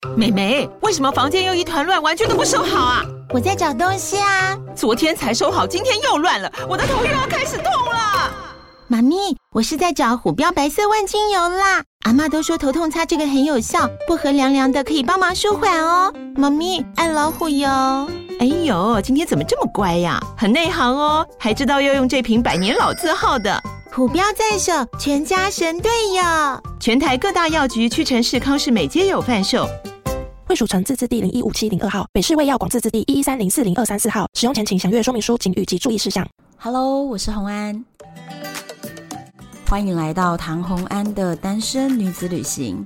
妹妹，为什么房间又一团乱，完全都不收好啊？ 我在找东西啊。 昨天才收好，今天又乱了，我的头又要开始痛了。 妈咪，我是在找虎标白色万金油啦。阿嬷都说头痛擦这个很有效，薄荷凉凉的可以帮忙舒缓哦。妈咪，爱老虎油。 哎呦，今天怎么这么乖呀？很内行哦，还知道要用这瓶百年老字号的。 虎标在手，全家神队友。 全台各大药局、屈臣氏、康士美皆有贩售。 惠蜀城自治地015702号，北市卫药广自治地113040234号。使用前请详阅说明书警语及注意事项。 Hello， 我是洪安，欢迎来到唐洪安的单身女子旅行。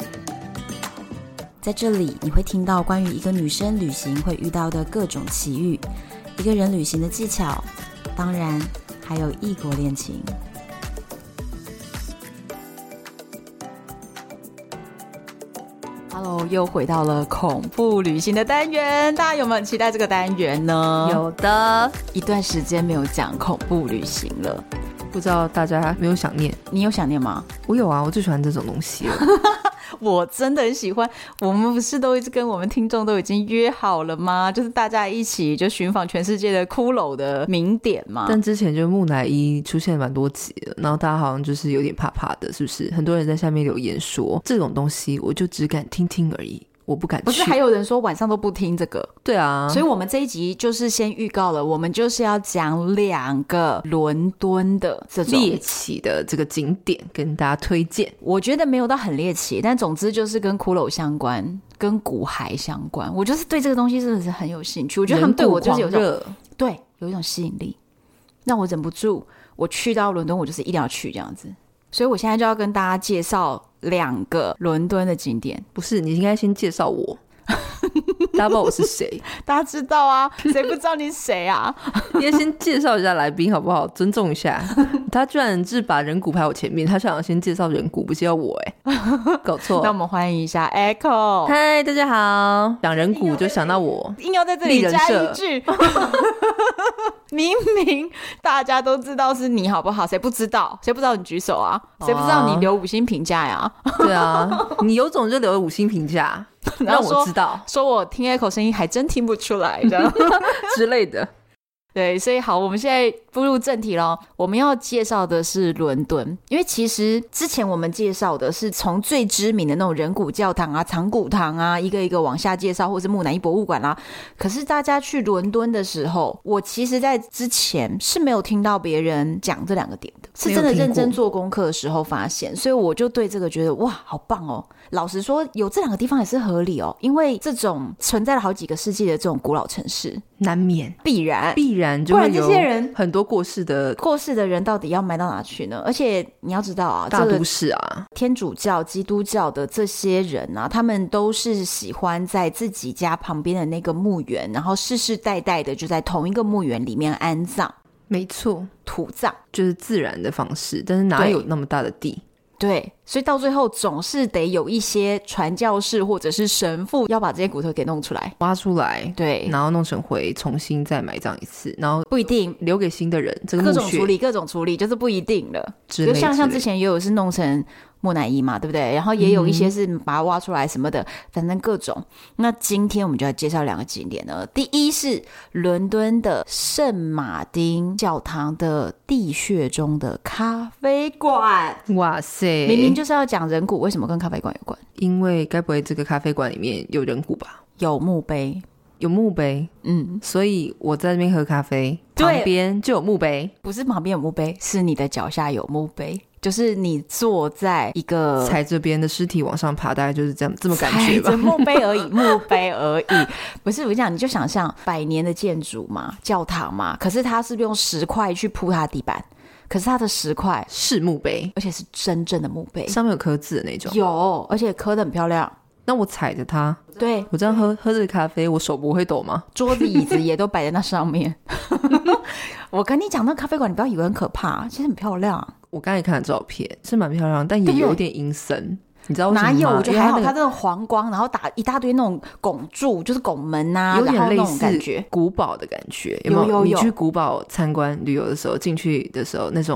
在这里，你会听到关于一个女生旅行会遇到的各种奇遇，一个人旅行的技巧，当然还有异国恋情。Hello， 又回到了恐怖旅行的单元，大家有没有很期待这个单元呢？ 有的， 一段时间没有讲恐怖旅行了， 不知道大家没有想念？ 你有想念吗？ 我有啊，我最喜欢这种东西了。 我真的很喜欢。我们不是都一直跟我们听众都已经约好了吗？就是大家一起就寻访全世界的骷髅的名点嘛。 但之前就木乃伊出现蛮多集了，然后大家好像就是有点怕怕的，是不是？很多人在下面留言说这种东西我就只敢听听而已，我不敢去。 不是还有人说晚上都不听这个？ 对啊， 所以我们这一集就是先预告了，我们就是要讲2个伦敦的这种猎奇的这个景点跟大家推荐。 我觉得没有到很猎奇，但总之就是跟骷髅相关，跟骨骸相关。我就是对这个东西真的是很有兴趣，我觉得他们对我就是有一种对有一种吸引力，让我忍不住，我去到伦敦我就是一定要去这样子。所以我现在就要跟大家介绍2个伦敦的景点。 不是，你应该先介绍我。大家不知道我是谁？ 大家知道啊，谁不知道你是谁啊？ 你要先介绍一下来宾好不好？尊重一下。他居然是把人骨排我前面，他想要先介绍人骨，不介绍我搞错。 那我们欢迎一下 Echo。 嗨，大家好。讲人骨就想到我， 硬要在这里加一句。明明大家都知道是你好不好？谁不知道？谁不知道你举手啊？谁不知道你留5星评价呀？ 对啊，你有种就留了5星评价，让我知道。 说我听 Echo 声音还真听不出来的之类的。 对，所以好，我们现在步入正题咯。我们要介绍的是伦敦，因为其实之前我们介绍的是从最知名的那种人骨教堂啊、藏骨堂啊，一个一个往下介绍，或是木乃伊博物馆啦。可是大家去伦敦的时候，我其实在之前是没有听到别人讲这2个点的，是真的认真做功课的时候发现，所以我就对这个觉得哇，好棒哦。老实说，有这2个地方也是合理哦，因为这种存在了好几个世纪的这种古老城市， 难免必然就会有这些人很多过世的人到底要埋到哪去呢？而且你要知道啊， 大都市啊， 天主教、基督教的这些人啊，他们都是喜欢在自己家旁边的那个墓园，然后世世代代的就在同一个墓园里面安葬。 没错， 土葬就是自然的方式，但是哪有那么大的地？ 对，所以到最后总是得有一些传教士或者是神父要把这些骨头给弄出来， 挖出来， 对， 然后弄成灰，重新再埋葬一次，然后不一定留给新的人，这个各种处理就是不一定了。就像之前也有是弄成木乃伊嘛，对不对？然后也有一些是把它挖出来什么的，反正各种。那今天我们就要介绍2个景点呢。第一是伦敦的圣马丁教堂的地穴中的咖啡馆。 哇塞， 明明就是要讲人骨，为什么跟咖啡馆有关？ 因为该不会这个咖啡馆里面有人骨吧？ 有墓碑， 所以我在那边喝咖啡，旁边就有墓碑。 不是旁边有墓碑，是你的脚下有墓碑，就是你坐在一个踩着别人的尸体往上爬，大概就是这么感觉吧。 踩着墓碑而已，墓碑而已。不是我讲，你就想象100年的建筑嘛，教堂嘛，可是它是用石块去铺它的地板，可是它的石块是墓碑， 而且是真正的墓碑， 上面有刻字的那种。 有，而且刻得很漂亮。 那我踩着它， 对， 我这样喝这个咖啡，我手不会抖吗？ 桌子椅子也都摆在那上面。我跟你讲，那咖啡馆你不要以为很可怕，其实很漂亮。 我刚才看了照片，是蛮漂亮，但也有点阴森。你知道为什么吗？ 哪有？我觉得还好，它这种黄光，然后打一大堆那种拱柱，就是拱门啊， 有点类似感觉古堡的感觉。有没有？你去古堡参观旅游的时候，进去的时候那种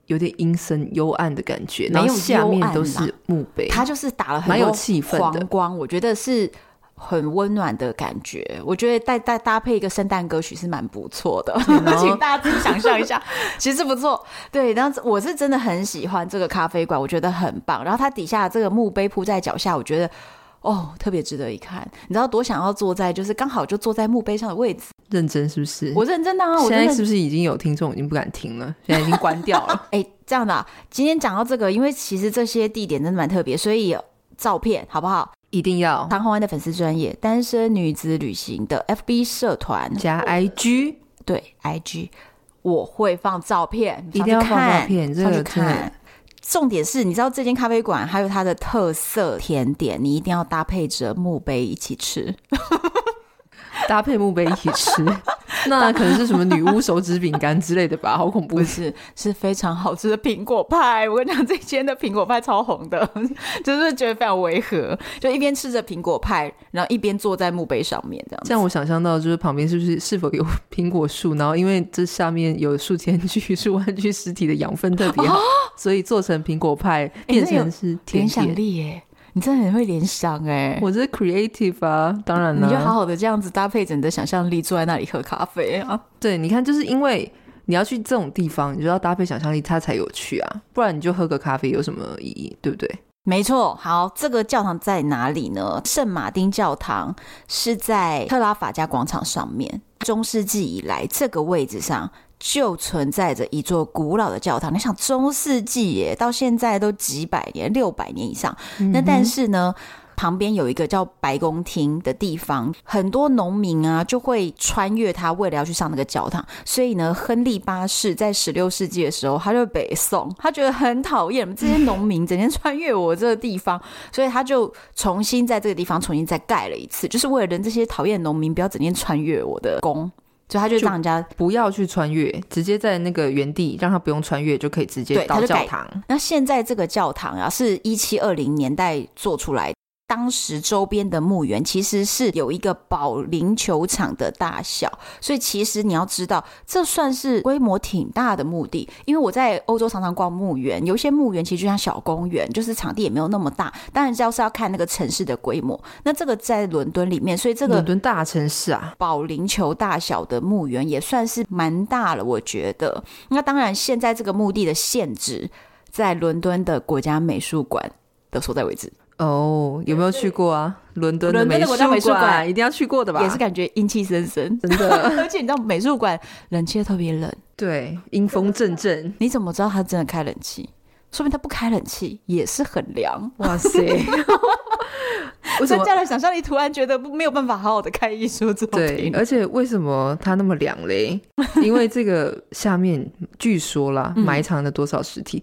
有点阴森幽暗的感觉，然后下面都是墓碑， 它就是打了很蛮有多气氛的黄光，我觉得是很温暖的感觉。我觉得搭配一个圣诞歌曲是蛮不错的，请大家自己想象一下，其实不错。对，然后我是真的很喜欢这个咖啡馆，我觉得很棒。然后它底下这个墓碑铺在脚下，我觉得特别值得一看。你知道多想要坐在就是刚好就坐在墓碑上的位置。 认真是不是？ 我认真的啊！我现在是不是已经有听众已经不敢听了？现在已经关掉了。 这样的啊，今天讲到这个，因为其实这些地点真的蛮特别，所以照片好不好？ 一定要唐红安的粉丝专页单身女子旅行的 FB 社团加 IG， 对 IG 我会放照片， 一定要放照片，这个看。重点是你知道这间咖啡馆还有它的特色甜点，你一定要搭配着墓碑一起吃。 搭配墓碑一起吃，那可能是什么女巫手指饼干之类的吧，好恐怖。 不是，是非常好吃的苹果派。我跟你讲，这间的苹果派超红的，就是觉得非常违和，就一边吃着苹果派，然后一边坐在墓碑上面这样子。 这样我想象到就是旁边是否有苹果树，然后因为这下面有数千具数万具尸体的养分特别好，所以做成苹果派变成是甜点。 联想力耶，你真的很会联想哎！ 我是 creative 啊，当然了， 你就好好的这样子搭配着你的想象力，坐在那里喝咖啡啊。 对，你看，就是因为你要去这种地方，你就要搭配想象力，它才有趣啊，不然你就喝个咖啡有什么意义，对不对？ 没错。好，这个教堂在哪里呢？圣马丁教堂是在特拉法加广场上面。中世纪以来，这个位置上就存在着一座古老的教堂。你想中世纪耶，到现在都几百年，600年以上。那但是呢，旁边有一个叫白宫厅的地方，很多农民啊就会穿越它，为了要去上那个教堂。所以呢，亨利8世在16世纪的时候，他就北宋，他觉得很讨厌这些农民整天穿越我这个地方，所以他就重新在这个地方重新再盖了一次，就是为了让这些讨厌的农民不要整天穿越我的宫。所以他就让人家不要去穿越，直接在那个原地让他不用穿越就可以直接到教堂。 那现在这个教堂啊，是1720年代做出来的。当时周边的墓园其实是有一个保龄球场的大小，所以其实你要知道，这算是规模挺大的墓地。因为我在欧洲常常逛墓园，有一些墓园其实就像小公园，就是场地也没有那么大，当然是要看那个城市的规模。那这个在伦敦里面，所以这个伦敦大城市啊， 保龄球大小的墓园也算是蛮大了，我觉得。那当然，现在这个墓地的限制在伦敦的国家美术馆的所在位置。 有没有去过啊？伦敦的国家美术馆一定要去过的吧？ 也是感觉阴气森森， 真的。 而且你知道美术馆冷气特别冷， 对，阴风阵阵。 你怎么知道他真的开冷气？说明他不开冷气也是很凉。 哇塞！ 增加了想象力，突然觉得没有办法好好的看艺术作品。 对，而且为什么它那么凉嘞？因为这个下面据说啦，埋藏了多少尸体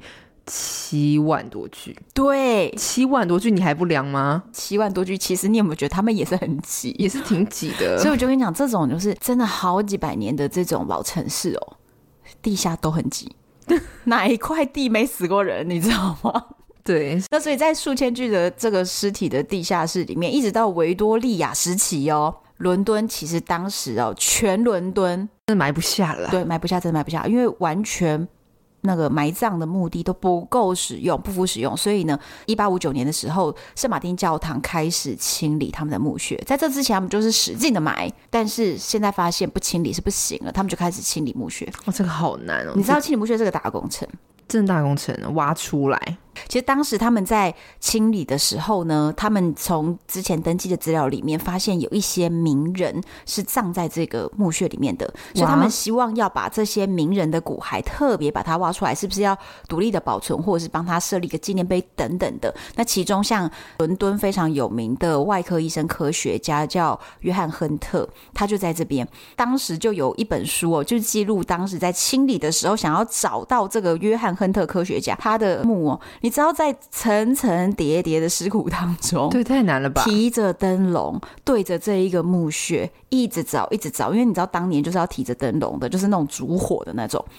？7万多具。 对 ，7万多具，你还不凉吗 ？7万多具，其实你有没有觉得他们也是很挤， 也是挺挤的。 所以我就跟你讲，这种就是真的好几百年的这种老城市哦，地下都很挤，哪一块地没死过人，你知道吗？ 对， 那所以在数千具的这个尸体的地下室里面，一直到维多利亚时期哦，伦敦其实当时哦，全伦敦真的埋不下了。 对，埋不下，真的埋不下，因为完全那个埋葬的墓地都不够使用，不敷使用，所以呢1859年的时候，圣马丁教堂开始清理他们的墓穴。在这之前他们就是使劲的埋，但是现在发现不清理是不行了，他们就开始清理墓穴。 这个好难哦！ 你知道清理墓穴这个大工程， 真的大工程，挖出来。 其实当时他们在清理的时候呢，他们从之前登记的资料里面发现有一些名人是葬在这个墓穴里面的，所以他们希望要把这些名人的骨骸特别把它挖出来，是不是要独立的保存，或者是帮他设立一个纪念碑等等的。那其中像伦敦非常有名的外科医生科学家叫约翰亨特，他就在这边。当时就有一本书哦，就记录当时在清理的时候想要找到这个约翰亨特科学家他的墓哦，你知道在层层叠叠的尸骨当中， 对，太难了吧？ 提着灯笼对着这一个墓穴一直找一直找，因为你知道当年就是要提着灯笼的，就是那种烛火的那种，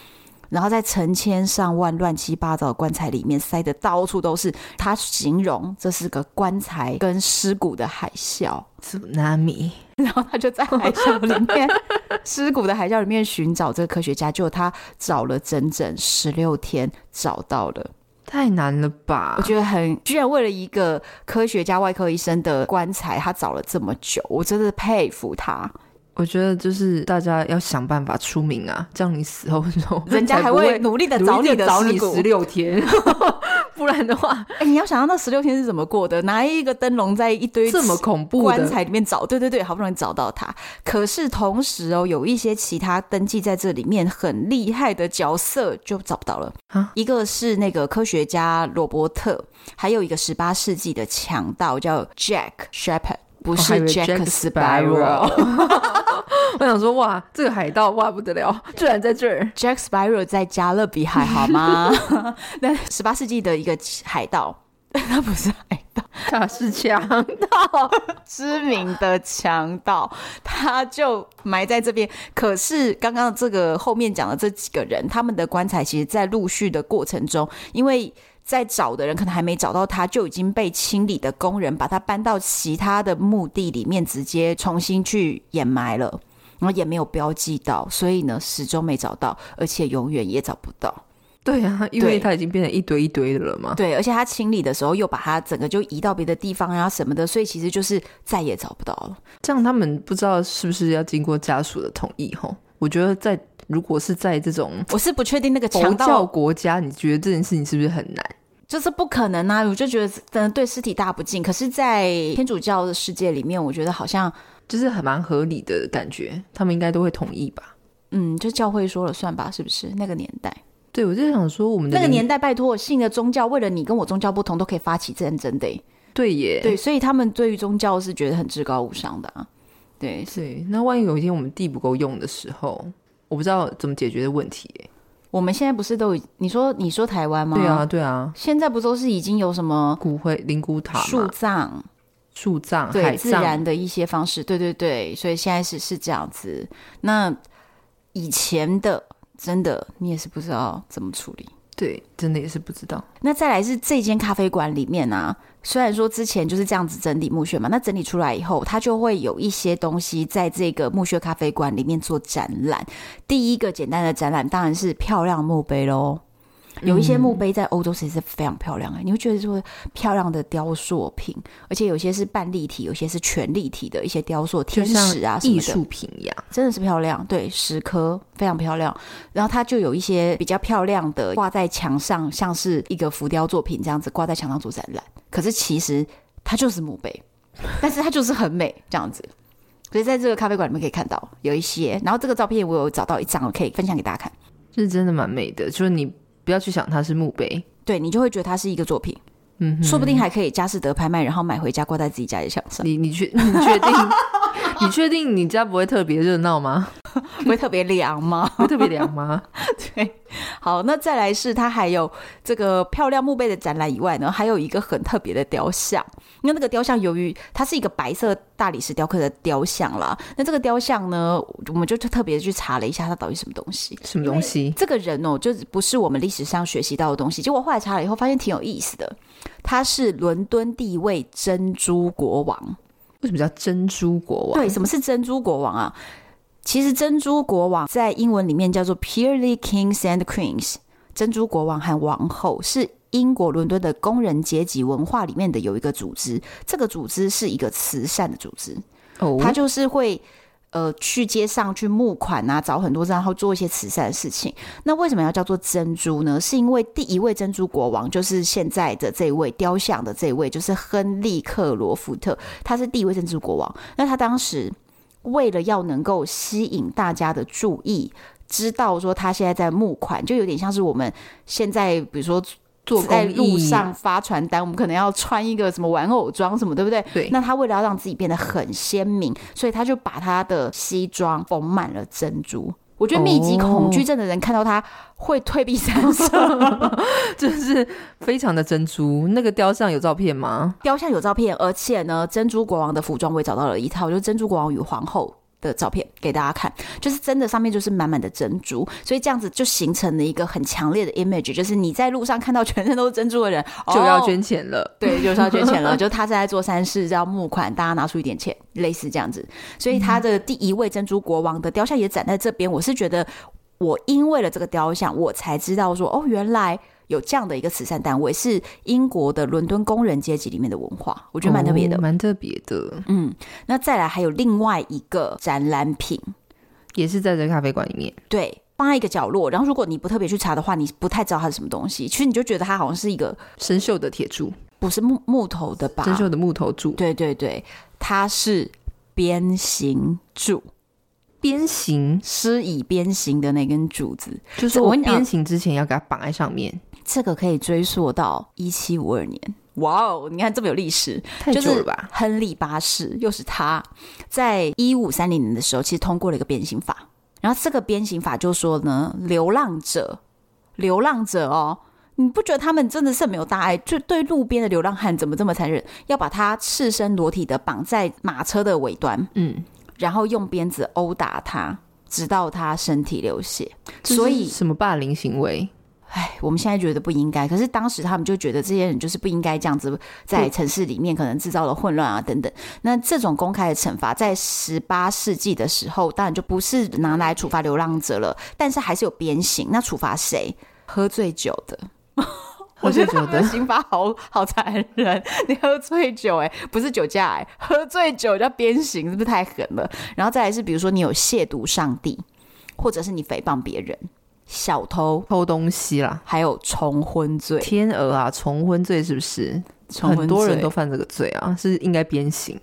然后在成千上万乱七八糟的棺材里面塞得到处都是，他形容这是个棺材跟尸骨的海啸 tsunami， 然后他就在海啸里面尸骨的海啸里面寻找这个科学家，结果他找了整整16天找到了。 太难了吧？ 我觉得居然为了一个科学家外科医生的棺材他找了这么久，我真的佩服他。 我觉得就是大家要想办法出名啊，这样你死后之后人家还会努力的找你的尸骨 16天不然的话你要想到那16天是怎么过的，拿一个灯笼在一堆这么恐怖的棺材里面找，对对对，好不容易找到他。可是同时有一些其他登记在这里面很厉害的角色就找不到了。一个是那个科学家罗伯特，还有一个18世纪的强盗叫 Jack Shepherd， 不是 Jack Sparrow。 我想说哇，这个海盗哇不得了，居然在这儿。 Jack Sparrow 在加勒比海好吗？那18世纪的一个海盗，他不是海盗， 他是强盗， 知名的强盗，他就埋在这边。可是刚刚这个后面讲的这几个人，他们的棺材其实在陆续的过程中，因为在找的人可能还没找到他，就已经被清理的工人把他搬到其他的墓地里面，直接重新去掩埋了，然后也没有标记到，所以呢始终没找到，而且永远也找不到。 对啊，因为它已经变成一堆一堆的了嘛。 对，而且他清理的时候又把它整个就移到别的地方啊什么的，所以其实就是再也找不到了。 这样他们不知道是不是要经过家属的同意吼？我觉得如果是在这种我是不确定那个强盗佛教国家，你觉得这件事情是不是很难？ 就是不可能啊！我就觉得真的对尸体大不敬。可是在天主教的世界里面，我觉得好像就是很蛮合理的感觉，他们应该都会同意吧。 就教会说了算吧，是不是？那个年代， 对，我就想说我们的那个年代，拜托，信的宗教为了你跟我宗教不同都可以发起战争的。 对耶， 对，所以他们对于宗教是觉得很至高无上的啊。对， 那万一有一天我们地不够用的时候，我不知道怎么解决的问题耶。 我们现在不是都你说台湾吗？ 对啊对啊， 现在不都是已经有什么骨灰灵骨塔嘛，树葬对海葬， 自然的一些方式，对对对，所以现在是这样子。那以前的真的你也是不知道怎么处理。 对，真的也是不知道。 那再来是这间咖啡馆里面啊，虽然说之前就是这样子整理墓穴嘛，那整理出来以后，它就会有一些东西在这个墓穴咖啡馆里面做展览。第一个简单的展览当然是漂亮墓碑咯。有一些墓碑在欧洲其实是非常漂亮的，你会觉得说漂亮的雕塑品，而且有些是半立体，有些是全立体的一些雕塑，天使啊什么的， 艺术品一样， 真的是漂亮。对，石刻非常漂亮。然后它就有一些比较漂亮的挂在墙上，像是一个浮雕作品这样子挂在墙上做展览。可是其实它就是墓碑，但是它就是很美这样子。所以在这个咖啡馆里面可以看到有一些，然后这个照片我有找到一张，我可以分享给大家看， 是真的蛮美的。就是你不要去想它是墓碑， 对，你就会觉得它是一个作品。说不定还可以佳士得拍卖，然后买回家挂在自己家的墙上。 你确定你确定你家不会特别热闹吗？ 不会特别凉吗？ 会特别凉吗？ 对，好，那再来是它还有这个漂亮墓碑的展览以外呢，还有一个很特别的雕像。那个雕像由于它是一个白色大理石雕刻的雕像啦，那这个雕像呢，我们就特别去查了一下它到底什么东西。 什么东西？ 这个人哦，就不是我们历史上学习到的东西。结果后来查了以后，发现挺有意思的。他是伦敦第一位珍珠国王。 为什么叫珍珠国王？ 对，什么是珍珠国王啊？其实珍珠国王在英文里面叫做 Peerless Kings and Queens， 珍珠国王和王后是英国伦敦的工人阶级文化里面的有一个组织，这个组织是一个慈善的组织，它就是会去街上去募款啊，找很多然后做一些慈善的事情。那为什么要叫做珍珠呢？是因为第一位珍珠国王就是现在的这位雕像的这位，就是亨利克罗福特，他是第一位珍珠国王。那他当时为了要能够吸引大家的注意，知道说他现在在募款，就有点像是我们现在比如说在路上发传单，我们可能要穿一个什么玩偶装什么，对不对？ 对。 那他为了要让自己变得很鲜明，所以他就把他的西装缝满了珍珠。我觉得密集恐惧症的人看到他会退避三舍， 就是非常的珍珠。那个雕像有照片吗？ 雕像有照片，而且呢，珍珠国王的服装我也找到了一套，就是珍珠国王与皇后的照片给大家看，就是真的上面就是满满的珍珠，所以这样子就形成了一个很强烈的 image， 就是你在路上看到全身都是珍珠的人就要捐钱了， 对，就是要捐钱了，就他在做善事，要募款，大家拿出一点钱，类似这样子。所以他的第一位珍珠国王的雕像也展在这边，我是觉得我因为了这个雕像，我才知道说原来有这样的一个慈善单位是英国的伦敦工人阶级里面的文化，我觉得蛮特别的， 蛮特别的。 那再来还有另外一个展览品， 也是在这咖啡馆里面， 对，放在一个角落，然后如果你不特别去查的话，你不太知道它是什么东西，其实你就觉得它好像是一个生锈的铁柱， 不是木头的吧？ 生锈的木头柱， 对对对，它是鞭刑柱。 鞭刑施以鞭刑的那根柱子， 就是我鞭刑之前要给它绑在上面， 这个可以追溯到1752年。哇哦，你看这么有历史， 太久了吧？ 就是亨利8世又是他在1530年的时候，其实通过了一个鞭刑法，然后这个鞭刑法就说呢，流浪者哦，你不觉得他们真的是没有大爱？就对路边的流浪汉怎么这么残忍，要把他赤身裸体的绑在马车的尾端，然后用鞭子殴打他，直到他身体流血。所以什么霸凌行为？ 我们现在觉得不应该，可是当时他们就觉得这些人就是不应该这样子在城市里面可能制造了混乱啊等等。那这种公开的惩罚在18世纪的时候当然就不是拿来处罚流浪者了，但是还是有鞭刑。那处罚谁？喝醉酒的。我觉得他们的刑罚好残忍，你喝醉酒不是酒驾喝醉酒叫鞭刑，是不是太狠了？然后再来是比如说你有亵渎上帝，或者是你诽谤别人，小偷偷东西啦， 还有重婚罪。天鹅啊，重婚罪是不是？很多人都犯这个罪啊，是应该鞭刑。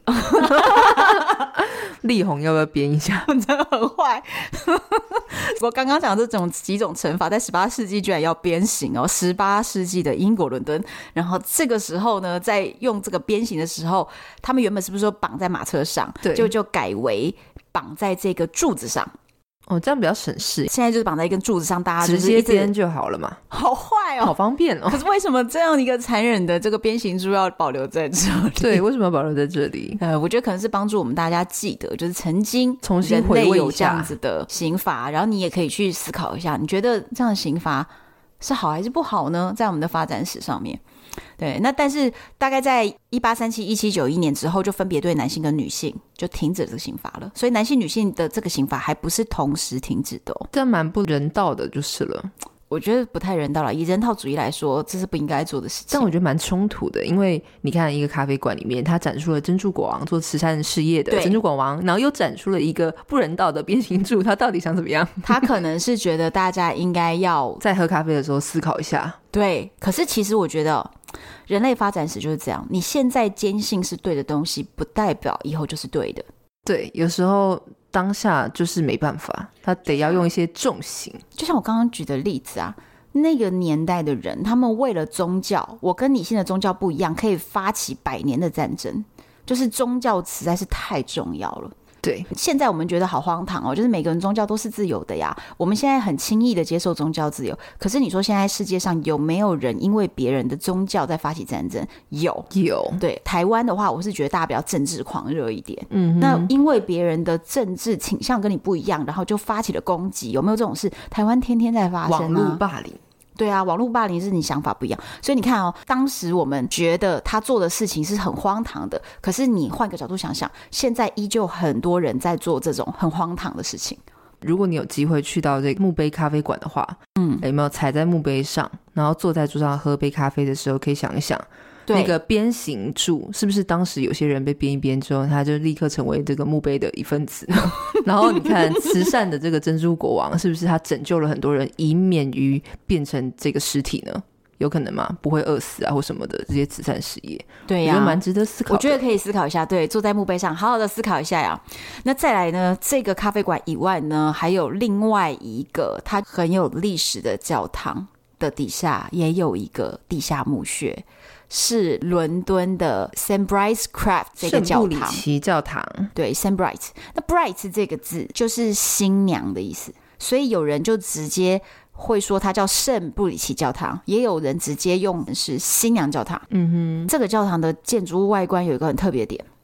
力宏要不要编一下？ 真的很坏。我刚刚讲这种几种惩罚在18世纪居然要鞭刑哦，18世纪的英国伦敦。然后这个时候呢，在用这个鞭刑的时候，他们原本是不是说绑在马车上，就改为绑在这个柱子上。 这样比较省事。 现在就是绑在一根柱子上，大家就是直接鞭就好了嘛。 好坏哦， 好方便哦。 可是为什么这样一个残忍的这个鞭刑柱要保留在这里？ 对，为什么要保留在这里？ 我觉得可能是帮助我们大家记得，就是曾经重新回味一下人类有这样子的刑罚，然后你也可以去思考一下，你觉得这样的刑罚是好还是不好呢？在我们的发展史上面。对，那但是大概在1837、1791年之后，就分别对男性跟女性就停止这个刑罚了。所以男性、女性的这个刑罚还不是同时停止的这蛮不人道的，就是了。 我觉得不太人道了，以人道主义来说，这是不应该做的事情。 但我觉得蛮冲突的，因为你看一个咖啡馆里面，它展出了珍珠国王做慈善事业的珍珠国王，然后又展出了一个不人道的鞭刑柱，他到底想怎么样？ 他可能是觉得大家应该要在喝咖啡的时候思考一下。 对，可是其实我觉得人类发展史就是这样，你现在坚信是对的东西，不代表以后就是对的。 对，有时候当下就是没办法，他得要用一些重刑。 就像我刚刚举的例子啊，那个年代的人，他们为了宗教，我跟你信的宗教不一样，可以发起100年的战争，就是宗教实在是太重要了。 对， 现在我们觉得好荒唐哦，就是每个人宗教都是自由的呀，我们现在很轻易的接受宗教自由。可是你说现在世界上有没有人因为别人的宗教在发起战争？有。对，台湾的话，我是觉得大家比较政治狂热一点。那因为别人的政治倾向跟你不一样，然后就发起了攻击，有没有这种事？台湾天天在发生啊， 网络霸凌。 对啊，网络霸凌是你想法不一样，所以你看哦，当时我们觉得他做的事情是很荒唐的，可是你换个角度想想，现在依旧很多人在做这种很荒唐的事情。 如果你有机会去到这个墓碑咖啡馆的话，有没有踩在墓碑上，然后坐在桌上喝杯咖啡的时候，可以想一想那个鞭刑柱是不是当时有些人被鞭一鞭之后，他就立刻成为这个墓碑的一份子。然后你看慈善的这个珍珠国王是不是他拯救了很多人，以免于变成这个尸体呢？有可能吗？不会饿死啊或什么的这些慈善事业。 对呀， 我觉得蛮值得思考的。 我觉得可以思考一下，对，坐在墓碑上好好的思考一下呀。那再来呢，这个咖啡馆以外呢，还有另外一个它很有历史的教堂的底下也有一个地下墓穴，是伦敦的 St. Bride's Craft 这个教堂，圣布里奇教堂。 对 St. Bright， 那 Bright 这个字就是新娘的意思，所以有人就直接会说它叫圣布里奇教堂，也有人直接用的是新娘教堂。这个教堂的建筑物外观有一个很特别的点，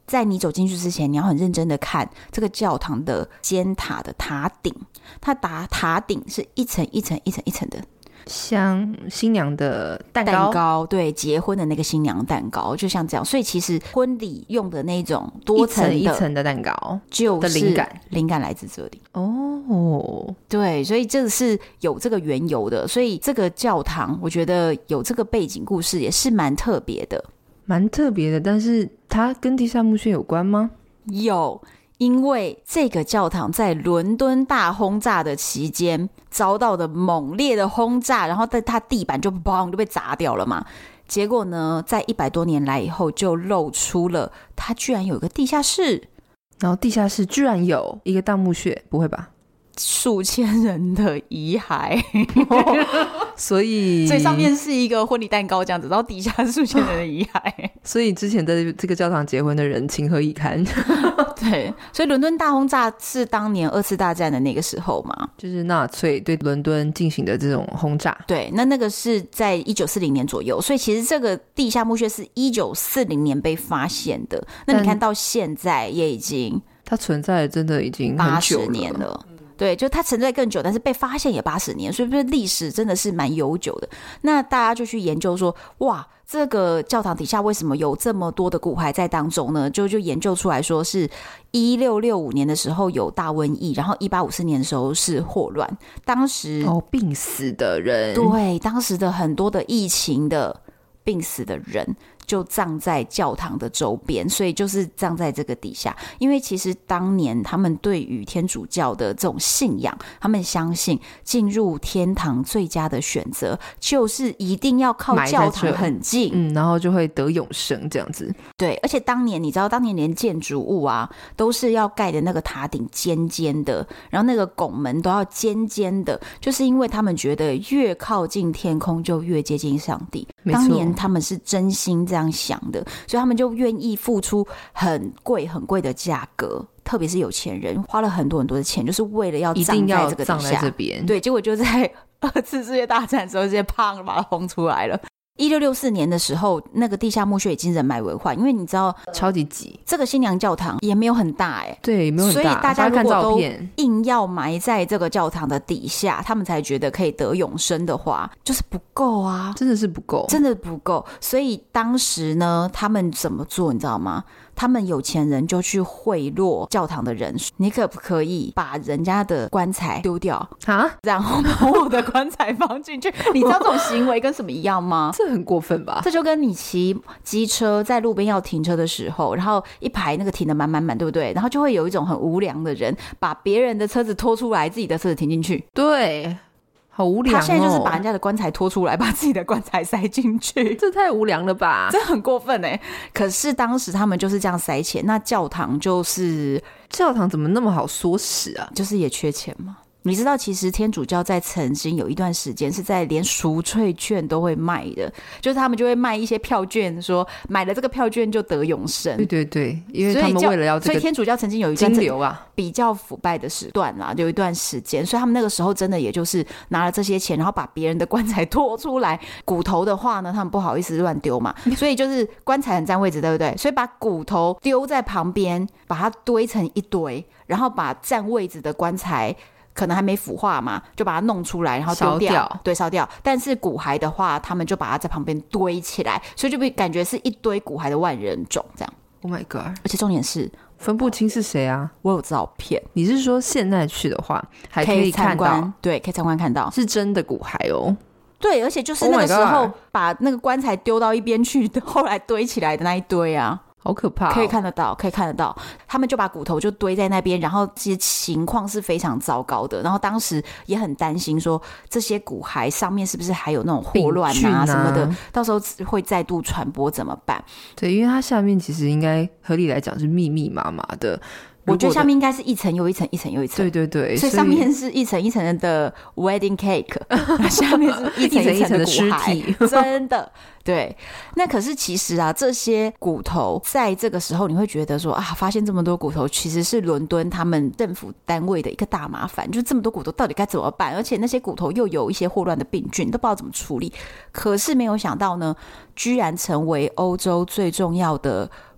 在你走进去之前，你要很认真的看这个教堂的尖塔的塔顶，它塔顶是一层一层一层一层的， 像新娘的蛋糕， 对，结婚的那个新娘蛋糕，就像这样。所以其实婚礼用的那种多层的一层的蛋糕， 就是灵感来自这里。 哦， 对，所以这是有这个缘由的。所以这个教堂，我觉得有这个背景故事也是蛮特别的， 但是它跟地下墓穴有关吗？ 有。因为这个教堂在伦敦大轰炸的期间遭到的猛烈的轰炸，然后它地板就砰就被砸掉了嘛。结果呢，在100多年来以后就露出了它居然有一个地下室， 然后地下室居然有一个大墓穴，不会吧？ 数千人的遗骸所以上面是一个婚礼蛋糕这样子，然后底下数千人的遗骸所以之前在这个教堂结婚的人情何以堪对，所以伦敦大轰炸是当年2次大战的那个时候嘛， 就是纳粹对伦敦进行的这种轰炸。 对，那个是在1940年左右，所以其实这个地下墓穴是1940年被发现的，那你看到现在也已经它存在真的已经很久了 80年了。对，就它存在更久，但是被发现也80年，所以历史真的是蛮悠久的。那大家就去研究说，哇，这个教堂底下为什么有这么多的骨骸在当中呢？就研究出来说是1665年的时候有大瘟疫，然后1854年的时候是霍乱，当时病死的人， 对，当时的很多的疫情的病死的人就葬在教堂的周边，所以就是葬在这个底下。因为其实当年他们对于天主教的这种信仰，他们相信进入天堂最佳的选择就是一定要靠教堂很近， 然后就会得永生这样子。 对，而且当年你知道，当年连建筑物啊都是要盖的那个塔顶尖尖的，然后那个拱门都要尖尖的，就是因为他们觉得越靠近天空就越接近上帝。当年他们是真心这样想的，所以他们就愿意付出很贵很贵的价格，特别是有钱人花了很多很多的钱，就是为了要葬在这个底下， 一定要葬在这边。 对，结果就在2次世界大战的时候直接砰把它轰出来了。1664年的时候，那个地下墓穴已经人埋为患，因为你知道超级挤， 这个新娘教堂也没有很大对，没有很大， 所以大家如果都硬要埋在这个教堂的底下，他们才觉得可以得永生的话，就是不够啊， 真的是不够， 真的不够。所以当时呢，他们怎么做你知道吗？他们有钱人就去贿赂教堂的人，你可不可以把人家的棺材丢掉啊， 然后把我的棺材放进去？你知道这种行为跟什么一样吗？ 这很过分吧？ 这就跟你骑机车在路边要停车的时候，然后一排那个停得满满满，对不对？然后就会有一种很无良的人把别人的车子拖出来，自己的车子停进去。 对，好无良他现在就是把人家的棺材拖出来，把自己的棺材塞进去， 这太无良了吧？ 这很过分可是当时他们就是这样塞钱，那教堂怎么那么好唆使啊？ 就是也缺钱嘛。你知道其实天主教在曾经有一段时间是在连赎罪券都会卖的，就是他们就会卖一些票券，说买了这个票券就得永生。 对对对，因为他们为了要这个， 所以天主教曾经有一段金流比较腐败的时段啦，有一段时间，所以他们那个时候真的也就是拿了这些钱，然后把别人的棺材拖出来。骨头的话呢，他们不好意思乱丢嘛，所以就是棺材很占位置，对不对？所以把骨头丢在旁边，把它堆成一堆，然后把占位置的棺材可能还没腐化嘛，就把它弄出来，然后丢掉，对，烧掉。但是骨骸的话，他们就把它在旁边堆起来，所以就感觉是一堆骨骸的万人冢这样。 Oh my god！ 而且重点是分不清是谁啊？ 我有照片。 你是说现在去的话还可以看到？ 对，可以参观看到， 是真的骨骸哦。 对，而且就是那个时候把那个棺材丢到一边去，后来堆起来的那一堆啊。 好可怕可以看得到，可以看得到，他们就把骨头就堆在那边，然后其实情况是非常糟糕的。然后当时也很担心说，这些骨骸上面是不是还有那种霍乱啊什么的，到时候会再度传播怎么办？ 对，因为它下面其实应该合理来讲是密密麻麻的。 我觉得下面应该是一层又一层，一层又一层。 对对对， 所以上面是一层一层的 wedding cake， 下面是一层一层的尸体，真的。对，那可是其实啊，这些骨头在这个时候，你会觉得说啊，发现这么多骨头，其实是伦敦他们政府单位的一个大麻烦，就这么多骨头到底该怎么办？而且那些骨头又有一些霍乱的病菌，都不知道怎么处理。可是没有想到呢，居然成为欧洲最重要的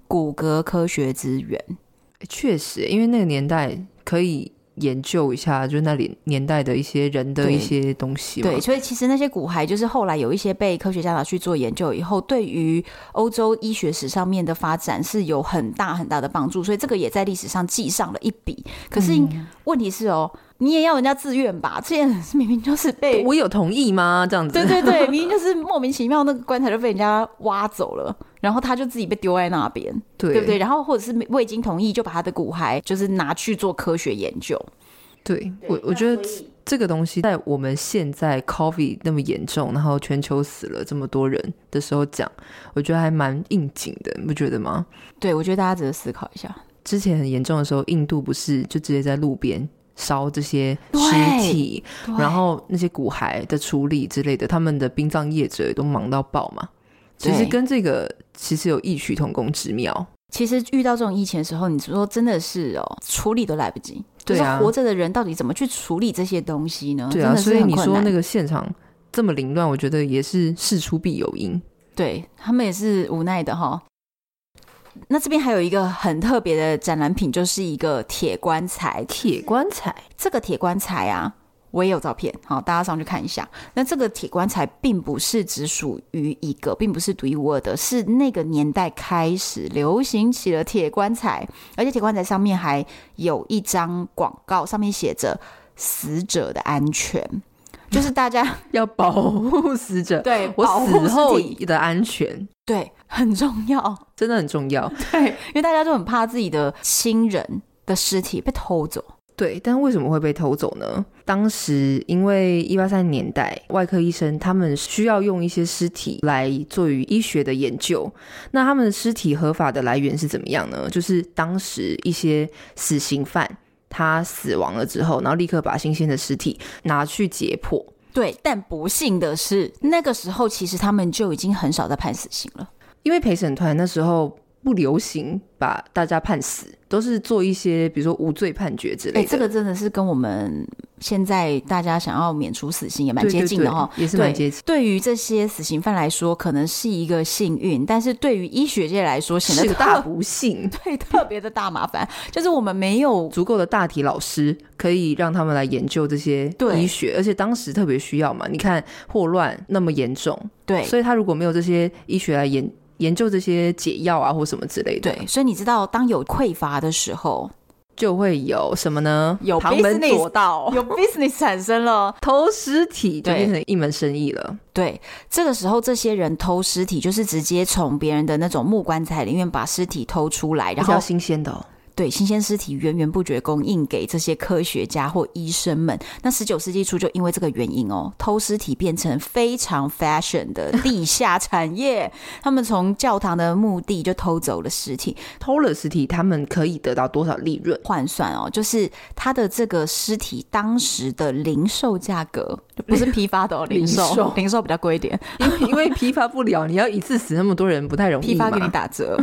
骨骼科学资源。 确实，因为那个年代可以研究一下，就那里年代的一些人的一些东西嘛。 对，所以其实那些骨骸就是后来有一些被科学家拿去做研究以后，对于欧洲医学史上面的发展是有很大很大的帮助，所以这个也在历史上记上了一笔。可是问题是你也要人家自愿吧？这些人明明就是被我有同意吗？这样子， 对对对，明明就是莫名其妙那个棺材就被人家挖走了，然后他就自己被丢在那边，对不对？然后或者是未经同意就把他的骨骸就是拿去做科学研究。 对，我觉得这个东西在我们现在 COVID 那么严重，然后全球死了这么多人的时候讲，我觉得还蛮应景的，你不觉得吗？ 对，我觉得大家值得思考一下。 之前很严重的时候，印度不是就直接在路边烧这些尸体，然后那些骨骸的处理之类的，他们的殡葬业者也都忙到爆嘛。其实跟这个其实有异曲同工之妙。 其实遇到这种疫情的时候，你说真的是处理都来不及。 对啊， 就是活着的人到底怎么去处理这些东西呢？ 对啊，所以你说那个现场这么凌乱，我觉得也是事出必有因。 对，他们也是无奈的齁。那这边还有一个很特别的展览品，就是一个铁棺材。 铁棺材， 这个铁棺材啊，我也有照片，好，大家上去看一下。那这个铁棺材并不是只属于一个，并不是独一无二的，是那个年代开始流行起了铁棺材，而且铁棺材上面还有一张广告，上面写着“死者的安全”，就是大家要保护死者， 对， 我死后的安全， 对，很重要， 真的很重要。 对，因为大家都很怕自己的亲人的尸体被偷走。 对，但为什么会被偷走呢？当时因为1830年代外科医生他们需要用一些尸体来做于医学的研究，那他们的尸体合法的来源是怎么样呢？就是当时一些死刑犯他死亡了之后，然后立刻把新鲜的尸体拿去解剖。 对，但不幸的是那个时候其实他们就已经很少在判死刑了， 因为陪审团那时候不流行把大家判死，都是做一些比如说无罪判决之类的。 这个真的是跟我们现在大家想要免除死刑也蛮接近的齁。 也是蛮接近。 对于这些死刑犯来说可能是一个幸运，但是对于医学界来说显得是个大不幸。 对，特别的大麻烦，就是我们没有足够的大体老师可以让他们来研究这些医学，而且当时特别需要嘛，你看霍乱那么严重， 对， 所以他如果没有这些医学来研究这些解药啊或什么之类的， 对，所以你知道当有匮乏的时候就会有什么呢？ 有旁门左道， 有 business 产生了， 偷尸体就变成一门生意了。 对，这个时候这些人偷尸体就是直接从别人的那种木棺材里面把尸体偷出来，然后要新鲜的对，新鲜尸体源源不绝供应给这些科学家或医生们。那19世纪初就因为这个原因偷尸体变成非常 fashion 的地下产业。他们从教堂的墓地就偷走了尸体， 偷了尸体，他们可以得到多少利润？ 换算就是他的这个尸体当时的零售价格，不是批发的零售比较贵一点， 因为批发不了，你要一次死那么多人不太容易嘛， 批发给你打折。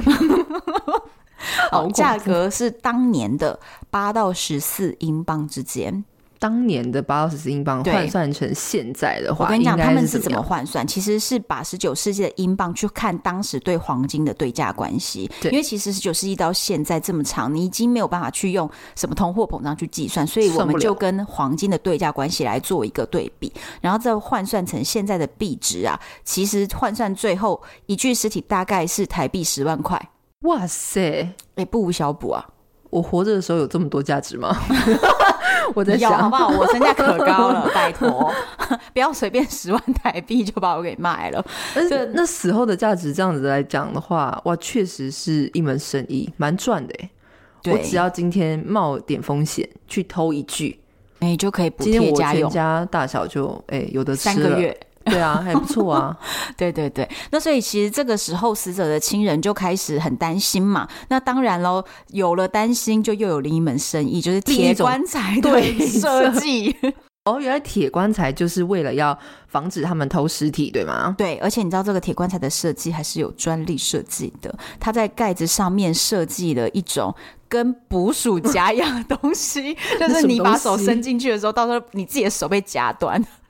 价格是当年的8到14英镑之间。 当年的8到14英镑换算成现在的话， 我跟你讲他们是怎么换算，其实是把19世纪的英镑去看当时对黄金的对价关系。因为其实19世纪到现在这么长，你已经没有办法去用什么通货膨胀去计算，所以我们就跟黄金的对价关系来做一个对比，然后再换算成现在的币值啊，其实换算最后一具尸体大概是台币10万块。 哇塞， 不无小补啊！ 我活着的时候有这么多价值吗？我在想， 有好不好？我身价可高了，拜托，不要随便10万台币就把我给卖了。 那死后的价值这样子来讲的话，哇，确实是一门生意，蛮赚的耶。我只要今天冒点风险去偷一具， 就可以补贴家用， 今天我全家大小就有得吃了 3个月。 对啊，还不错啊。 对对对，那所以其实这个时候死者的亲人就开始很担心嘛。那当然咯，有了担心就又有另一门生意，就是铁棺材的设计。 原来铁棺材就是为了要防止他们偷尸体，对吗？ 对，而且你知道这个铁棺材的设计还是有专利设计的，它在盖子上面设计了一种跟捕鼠夹一样的东西，就是你把手伸进去的时候，到时候你自己的手被夹断。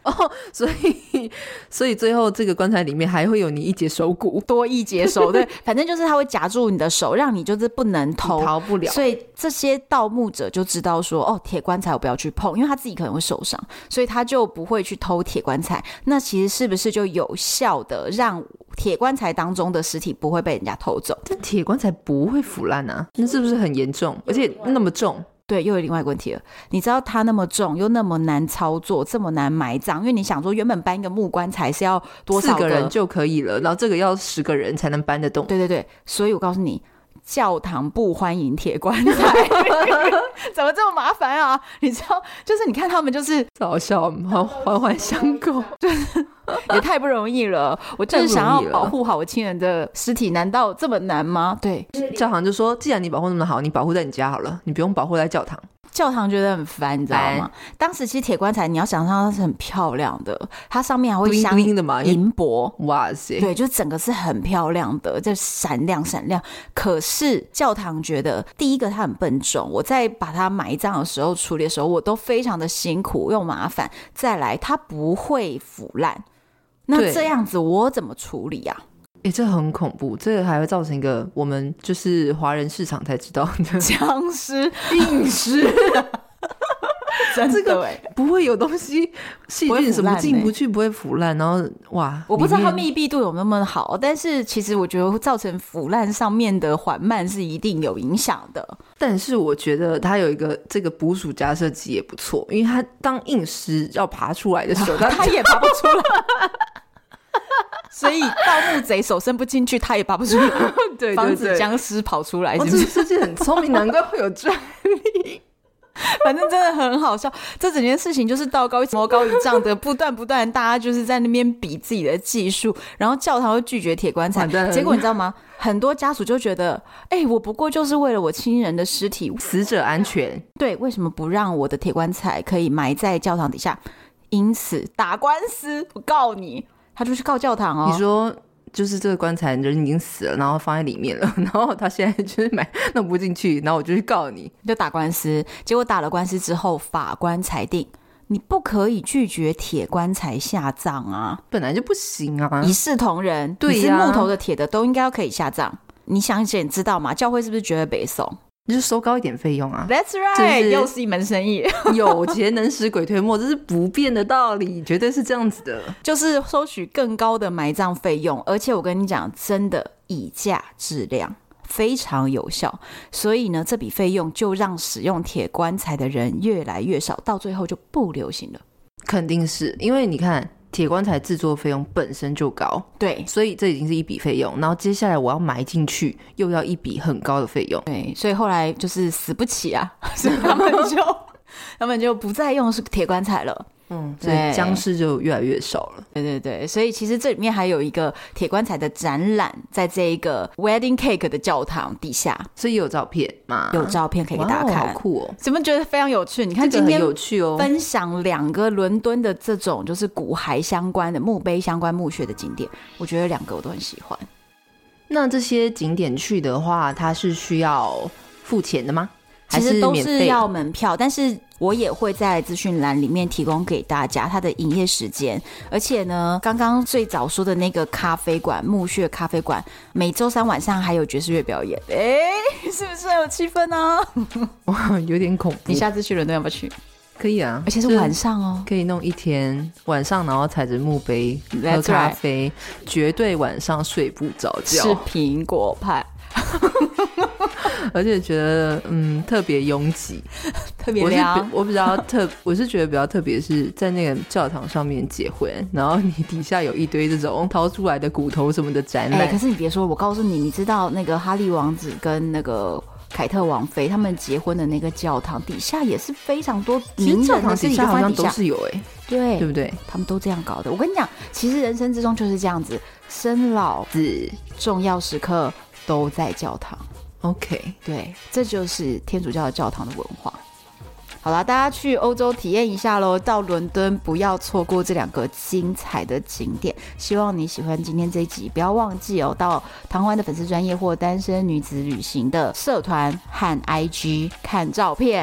哦，所以最后这个棺材里面还会有你一节手骨， 多一节手，对，反正就是它会夹住你的手，让你就是不能偷， 逃不了。 所以这些盗墓者就知道说，哦，铁棺材我不要去碰，因为他自己可能会受伤，所以他就不会去偷铁棺材。那其实是不是就有效的让铁棺材当中的尸体不会被人家偷走？ 但铁棺材不会腐烂啊，那是不是很严重？而且那么重。 对，又有另外一个问题了。你知道它那么重，又那么难操作，这么难埋葬，因为你想说，原本搬一个木棺材是要多少 4个人就可以了，然后这个要10个人才能搬得动。 对对对，所以我告诉你，教堂不欢迎铁棺材，怎么这么麻烦啊？你知道，就是你看他们就是好笑，环环相扣， 也太不容易了。我就是想要保护好我亲人的尸体，难道这么难吗？对， 教堂就说，既然你保护那么好，你保护在你家好了，你不用保护在教堂。 教堂觉得很烦，你知道吗？当时其实铁棺材你要想象它是很漂亮的，它上面还会镶银箔， 哇塞， 对，就整个是很漂亮的，就闪亮闪亮。可是教堂觉得，第一个它很笨重，我在把它埋葬的时候、处理的时候，我都非常的辛苦又麻烦。再来，它不会腐烂，那这样子我怎么处理啊？ 这很恐怖，这个还会造成一个我们就是华人市场才知道的僵尸硬尸真的这个不会有东西细菌什么进不去，不会腐烂，然后哇， 我不知道它密闭度有那么好，但是其实我觉得造成腐烂上面的缓慢是一定有影响的。 但是我觉得它有一个这个捕鼠夹设计也不错，因为它当硬尸要爬出来的时候它也爬不出来所以盗墓贼手伸不进去，他也拔不出来， 对， 防止僵尸跑出来。 这设计很聪明，难怪会有专利。 反正真的很好笑，这整件事情就是道高一尺魔高一丈的，不断大家就是在那边比自己的技术，然后教堂会拒绝铁棺材，结果你知道吗？很多家属就觉得，我不过就是为了我亲人的尸体， 死者安全， 对，为什么不让我的铁棺材可以埋在教堂底下？因此打官司，我告你。他就去告教堂哦。 你说就是这个棺材人已经死了，然后放在里面了，然后他现在就是弄不进去，然后我就去告你， 就打官司。结果打了官司之后，法官裁定你不可以拒绝铁棺材下葬啊， 本来就不行啊， 一视同仁。对呀，你是木头的、铁的都应该要可以下葬。你想想知道吗？教会是不是觉得北宋？ 你就收高一点费用啊 That's right， 又是一门生意有钱能使鬼推磨，这是不变的道理，绝对是这样子的， 就是收取更高的埋葬费用，而且我跟你讲真的以价质量，非常有效。所以呢，这笔费用就让使用铁棺材的人越来越少，到最后就不流行了。 肯定是因为你看铁棺材制作费用本身就高，对，所以这已经是一笔费用，然后接下来我要埋进去又要一笔很高的费用， 对，所以后来就是死不起啊，所以他们就不再用铁棺材了。 所以僵尸就越来越少了。 对对对，所以其实这里面还有一个铁棺材的展览，在这一个 Wedding Cake 的教堂底下， 所以有照片吗？ 有照片可以给大家看， 好酷哦！ 怎么觉得非常有趣？你看今天有趣哦， 分享2个伦敦的这种就是骨骸相关的、墓碑相关、墓穴的景点，我觉得2个我都很喜欢。 那这些景点去的话，它是需要付钱的吗？ 其实都是要门票，但是我也会在资讯栏里面提供给大家它的营业时间。而且呢，刚刚最早说的那个咖啡馆墓穴咖啡馆，每周3晚上还有爵士乐表演，是不是很有气氛啊？ 哇，有点恐怖。 你下次去伦敦要不要去？ 可以啊， 而且是晚上哦， 可以弄一天晚上，然后踩着墓碑喝咖啡，绝对晚上睡不着觉， 吃苹果派。 而且觉得特别拥挤， 特别凉。 我是觉得比较特别是在那个教堂上面结婚，然后你底下有一堆这种掏出来的骨头什么的展览。 可是你别说，我告诉你，你知道那个哈利王子跟那个凯特王妃他们结婚的那个教堂底下也是非常多名人的尸体， 好像都是有对不对？ 他们都这样搞的。我跟你讲，其实人生之中就是这样子，生老死重要时刻都在教堂。 OK， 对，这就是天主教的教堂的文化。好啦，大家去欧洲体验一下咯，到伦敦不要错过这2个精彩的景点。希望你喜欢今天这一集，不要忘记哦，到唐欢的粉丝专页或单身女子旅行的社团和 IG 看照片，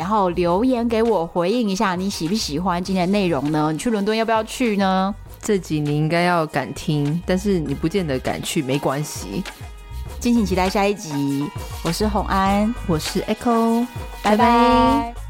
然后留言给我回应一下，你喜不喜欢今天的内容呢？你去伦敦要不要去呢？ 这集你应该要敢听，但是你不见得敢去，没关系。 敬请期待下一集。我是洪安， 我是 Echo， 拜拜。